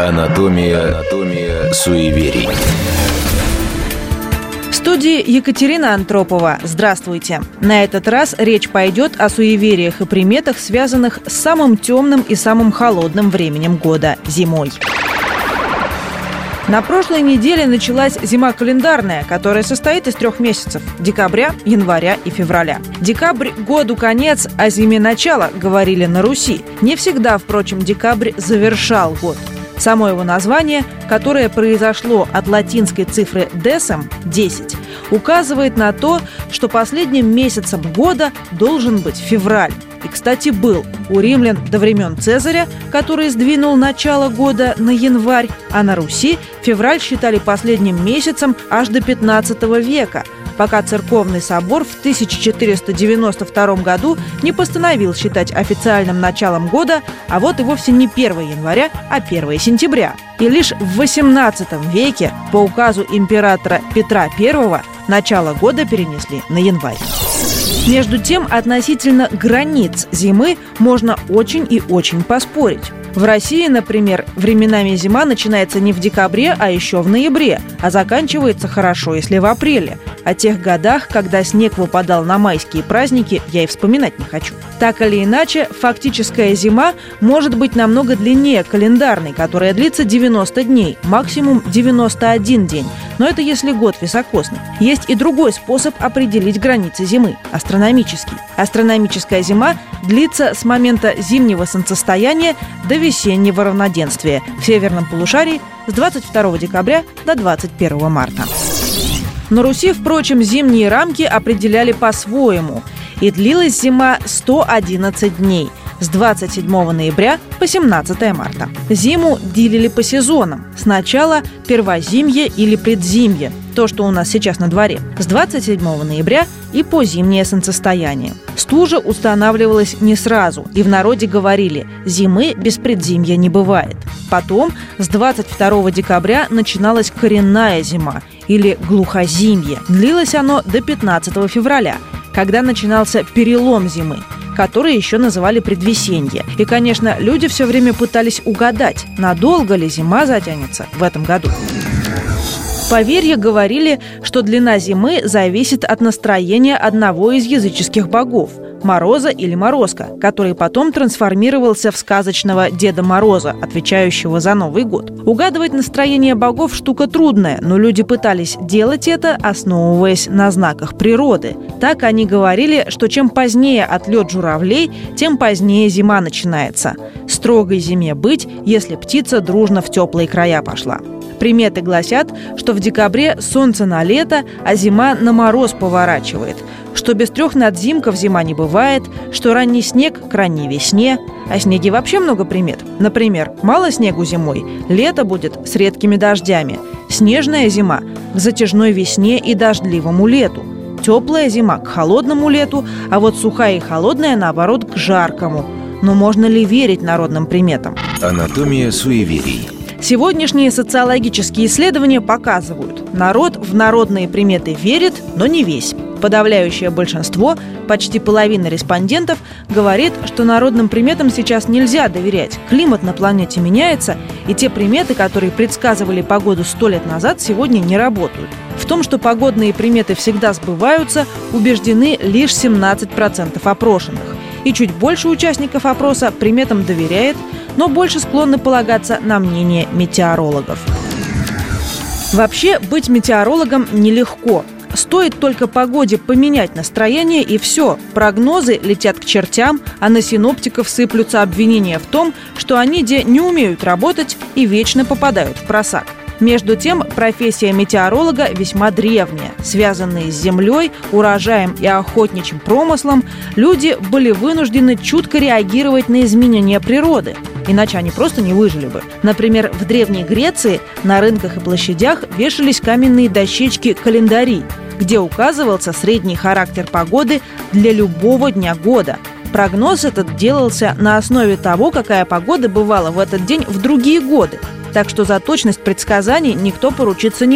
Анатомия суеверий. В студии Екатерина Антропова. Здравствуйте. На этот раз речь пойдет о суевериях и приметах, связанных с самым темным и самым холодным временем года – зимой. На прошлой неделе началась зима календарная, которая состоит из 3 месяцев – декабря, января и февраля. Декабрь – году конец, а зиме начало, говорили на Руси. Не всегда, впрочем, декабрь завершал год. Само его название, которое произошло от латинской цифры «decem» – 10, указывает на то, что последним месяцем года должен быть февраль. И, кстати, был у римлян до времен Цезаря, который сдвинул начало года на январь, а на Руси февраль считали последним месяцем аж до 15 века, пока церковный собор в 1492 году не постановил считать официальным началом года, а вот и вовсе не 1 января, а 1 сентября. И лишь в XVIII веке по указу императора Петра I начало года перенесли на январь. Между тем, относительно границ зимы можно очень и очень поспорить. В России, например, временами зима начинается не в декабре, а еще в ноябре, а заканчивается хорошо, если в апреле. О тех годах, когда снег выпадал на майские праздники, я и вспоминать не хочу. Так или иначе, фактическая зима может быть намного длиннее календарной, которая длится 90 дней, максимум 91 день. Но это если год високосный. Есть и другой способ определить границы зимы – астрономический. Астрономическая зима длится с момента зимнего солнцестояния до весеннего равноденствия в северном полушарии с 22 декабря до 21 марта. На Руси, впрочем, зимние рамки определяли по-своему. И длилась зима 111 дней – с 27 ноября по 17 марта. Зиму делили по сезонам. Сначала первозимье или предзимье, то, что у нас сейчас на дворе, с 27 ноября и по зимнее солнцестояние. Стужа устанавливалась не сразу, и в народе говорили «зимы без предзимья не бывает». Потом с 22 декабря начиналась коренная зима или глухозимье. Длилось оно до 15 февраля, когда начинался перелом зимы, который еще называли предвесенье. И, конечно, люди все время пытались угадать, надолго ли зима затянется в этом году. Поверья говорили, что длина зимы зависит от настроения одного из языческих богов – Мороза или Морозка, который потом трансформировался в сказочного Деда Мороза, отвечающего за Новый год. Угадывать настроение богов – штука трудная, но люди пытались делать это, основываясь на знаках природы. Так они говорили, что чем позднее отлет журавлей, тем позднее зима начинается. Строгой зиме быть, если птица дружно в теплые края пошла. Приметы гласят, что в декабре солнце на лето, а зима на мороз поворачивает, что без 3 надзимков зима не бывает, что ранний снег к ранней весне. О снеге вообще много примет. Например, мало снегу зимой, лето будет с редкими дождями. Снежная зима к затяжной весне и дождливому лету. Теплая зима к холодному лету, а вот сухая и холодная, наоборот, к жаркому. Но можно ли верить народным приметам? Анатомия суеверий. Сегодняшние социологические исследования показывают, народ в народные приметы верит, но не весь. Подавляющее большинство, почти половина респондентов, говорит, что народным приметам сейчас нельзя доверять. Климат на планете меняется, и те приметы, которые предсказывали погоду 100 лет назад, сегодня не работают. В том, что погодные приметы всегда сбываются, убеждены лишь 17% опрошенных. И чуть больше участников опроса приметам доверяет, но больше склонны полагаться на мнение метеорологов. Вообще, быть метеорологом нелегко. Стоит только погоде поменять настроение, и все. Прогнозы летят к чертям, а на синоптиков сыплются обвинения в том, что они не умеют работать и вечно попадают в просак. Между тем, профессия метеоролога весьма древняя. Связанные с землей, урожаем и охотничьим промыслом, люди были вынуждены чутко реагировать на изменения природы. Иначе они просто не выжили бы. Например, в Древней Греции на рынках и площадях вешались каменные дощечки-календари, где указывался средний характер погоды для любого дня года. Прогноз этот делался на основе того, какая погода бывала в этот день в другие годы. Так что за точность предсказаний никто поручиться не мог.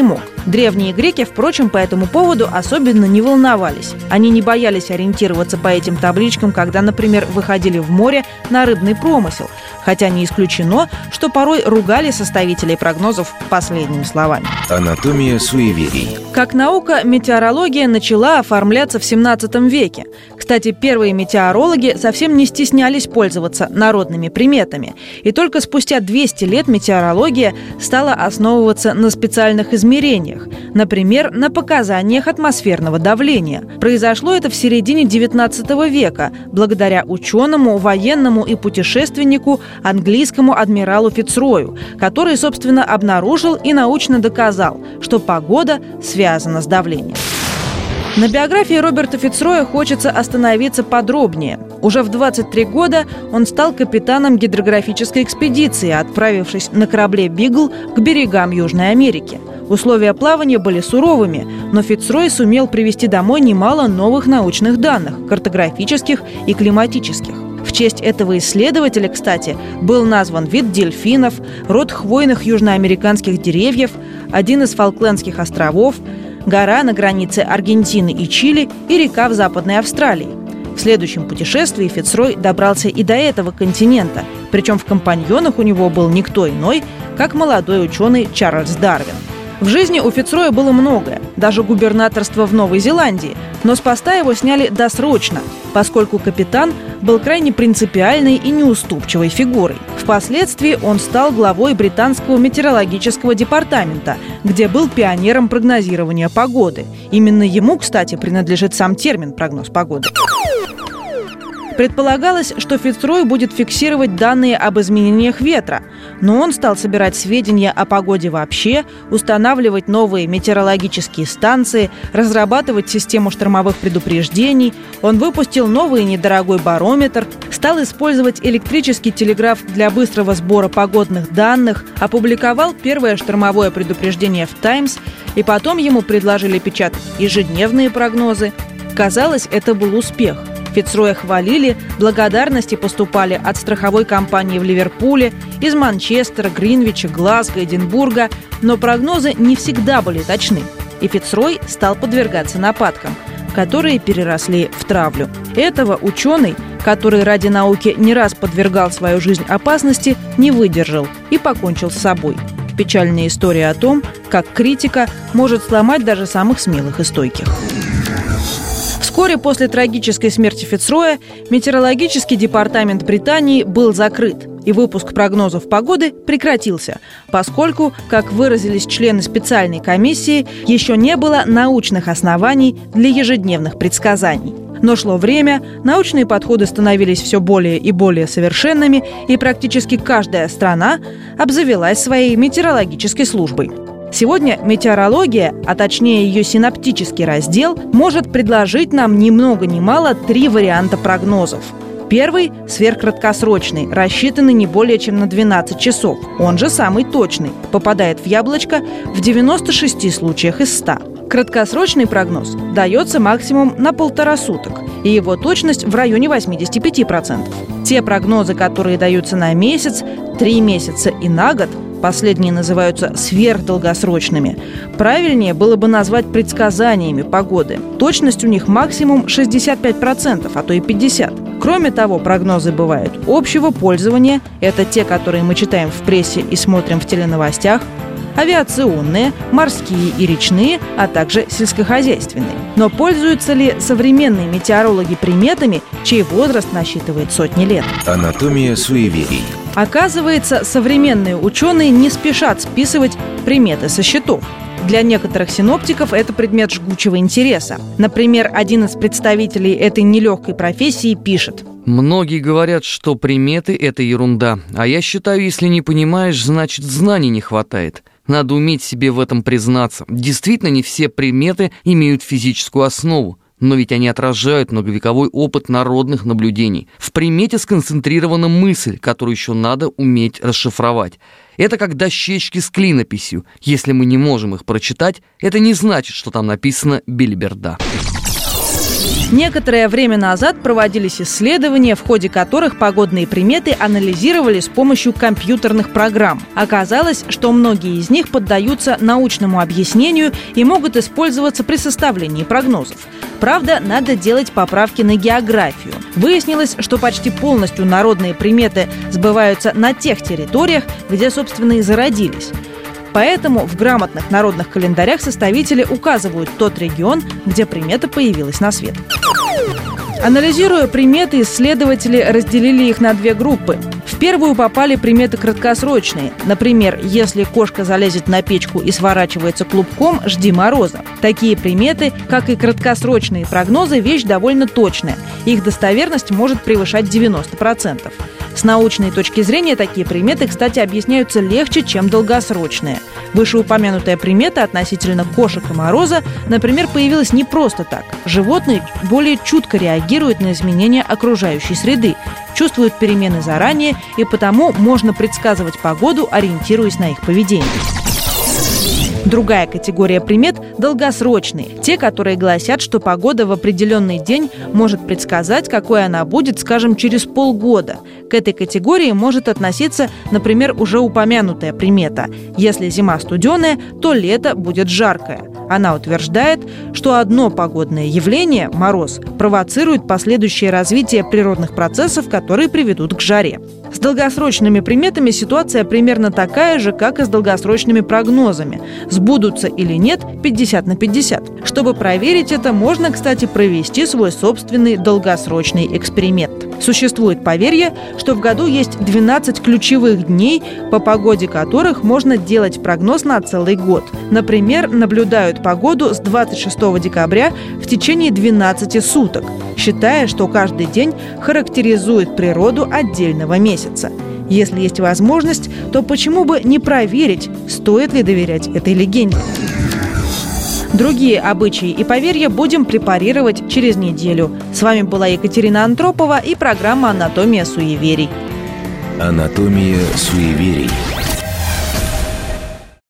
Древние греки, впрочем, по этому поводу особенно не волновались. Они не боялись ориентироваться по этим табличкам, когда, например, выходили в море на рыбный промысел. Хотя не исключено, что порой ругали составителей прогнозов последними словами. Анатомия суеверий. Как наука, метеорология начала оформляться в 17 веке. Кстати, первые метеорологи совсем не стеснялись пользоваться народными приметами. И только спустя 200 лет метеорология стала основываться на специальных измерениях, например, на показаниях атмосферного давления. Произошло это в середине 19 века, благодаря ученому, военному и путешественнику английскому адмиралу Фицрою, который, собственно, обнаружил и научно доказал, что погода связана с давлением. На биографии Роберта Фицроя хочется остановиться подробнее. Уже в 23 года он стал капитаном гидрографической экспедиции, отправившись на корабле «Бигл» к берегам Южной Америки. Условия плавания были суровыми, но Фицрой сумел привезти домой немало новых научных данных, картографических и климатических. В честь этого исследователя, кстати, был назван вид дельфинов, род хвойных южноамериканских деревьев, один из Фолклендских островов, гора на границе Аргентины и Чили и река в Западной Австралии. В следующем путешествии Фицрой добрался и до этого континента, причем в компаньонах у него был никто иной, как молодой ученый Чарльз Дарвин. В жизни у Фицроя было многое, даже губернаторство в Новой Зеландии, но с поста его сняли досрочно, поскольку капитан был крайне принципиальной и неуступчивой фигурой. Впоследствии он стал главой британского метеорологического департамента, где был пионером прогнозирования погоды. Именно ему, кстати, принадлежит сам термин «прогноз погоды». Предполагалось, что Фицрой будет фиксировать данные об изменениях ветра, но он стал собирать сведения о погоде вообще, устанавливать новые метеорологические станции, разрабатывать систему штормовых предупреждений. Он выпустил новый недорогой барометр, стал использовать электрический телеграф для быстрого сбора погодных данных, опубликовал первое штормовое предупреждение в «Таймс», и потом ему предложили печатать ежедневные прогнозы. Казалось, это был успех. Фицроя хвалили, благодарности поступали от страховой компании в Ливерпуле, из Манчестера, Гринвича, Глазго, Эдинбурга, но прогнозы не всегда были точны, и Фицрой стал подвергаться нападкам, которые переросли в травлю. Этого ученый, который ради науки не раз подвергал свою жизнь опасности, не выдержал и покончил с собой. Печальная история о том, как критика может сломать даже самых смелых и стойких. Вскоре после трагической смерти Фицроя метеорологический департамент Британии был закрыт, и выпуск прогнозов погоды прекратился, поскольку, как выразились члены специальной комиссии, еще не было научных оснований для ежедневных предсказаний. Но шло время, научные подходы становились все более и более совершенными, и практически каждая страна обзавелась своей метеорологической службой. Сегодня метеорология, а точнее ее синоптический раздел, может предложить нам ни много ни мало 3 варианта прогнозов. Первый – сверхкраткосрочный, рассчитанный не более чем на 12 часов. Он же самый точный, попадает в яблочко в 96 случаях из 100. Краткосрочный прогноз дается максимум на 1,5 суток, и его точность в районе 85%. Те прогнозы, которые даются на месяц, 3 месяца и на год, последние называются сверхдолгосрочными. Правильнее было бы назвать предсказаниями погоды. Точность у них максимум 65%, а то и 50%. Кроме того, прогнозы бывают общего пользования. Это те, которые мы читаем в прессе и смотрим в теленовостях. Авиационные, морские и речные, а также сельскохозяйственные. Но пользуются ли современные метеорологи приметами, чей возраст насчитывает сотни лет? Анатомия суеверий. Оказывается, современные ученые не спешат списывать приметы со счетов. Для некоторых синоптиков это предмет жгучего интереса. Например, один из представителей этой нелегкой профессии пишет: «Многие говорят, что приметы – это ерунда. А я считаю, если не понимаешь, значит, знаний не хватает. Надо уметь себе в этом признаться. Действительно, не все приметы имеют физическую основу. Но ведь они отражают многовековой опыт народных наблюдений. В примете сконцентрирована мысль, которую еще надо уметь расшифровать. Это как дощечки с клинописью. Если мы не можем их прочитать, это не значит, что там написано белиберда». Некоторое время назад проводились исследования, в ходе которых погодные приметы анализировали с помощью компьютерных программ. Оказалось, что многие из них поддаются научному объяснению и могут использоваться при составлении прогнозов. Правда, надо делать поправки на географию. Выяснилось, что почти полностью народные приметы сбываются на тех территориях, где, собственно, и зародились. Поэтому в грамотных народных календарях составители указывают тот регион, где примета появилась на свет. Анализируя приметы, исследователи разделили их на две группы. В первую попали приметы краткосрочные. Например, если кошка залезет на печку и сворачивается клубком, жди мороза. Такие приметы, как и краткосрочные прогнозы, вещь довольно точная. Их достоверность может превышать 90%. С научной точки зрения такие приметы, кстати, объясняются легче, чем долгосрочные. Вышеупомянутая примета относительно кошек и мороза, например, появилась не просто так. Животные более чутко реагируют на изменения окружающей среды, чувствуют перемены заранее, и потому можно предсказывать погоду, ориентируясь на их поведение. Другая категория примет – долгосрочные. Те, которые гласят, что погода в определенный день может предсказать, какой она будет, скажем, через полгода. К этой категории может относиться, например, уже упомянутая примета. Если зима студеная, то лето будет жаркое. Она утверждает, что одно погодное явление – мороз – провоцирует последующее развитие природных процессов, которые приведут к жаре. С долгосрочными приметами ситуация примерно такая же, как и с долгосрочными прогнозами. Сбудутся или нет 50/50. Чтобы проверить это, можно, кстати, провести свой собственный долгосрочный эксперимент. Существует поверье, что в году есть 12 ключевых дней, по погоде которых можно делать прогноз на целый год. Например, наблюдают погоду с 26 декабря в течение 12 суток, считая, что каждый день характеризует природу отдельного месяца. Если есть возможность, то почему бы не проверить, стоит ли доверять этой легенде? Другие обычаи и поверья будем препарировать через неделю. С вами была Екатерина Антропова и программа «Анатомия суеверий». Анатомия суеверий.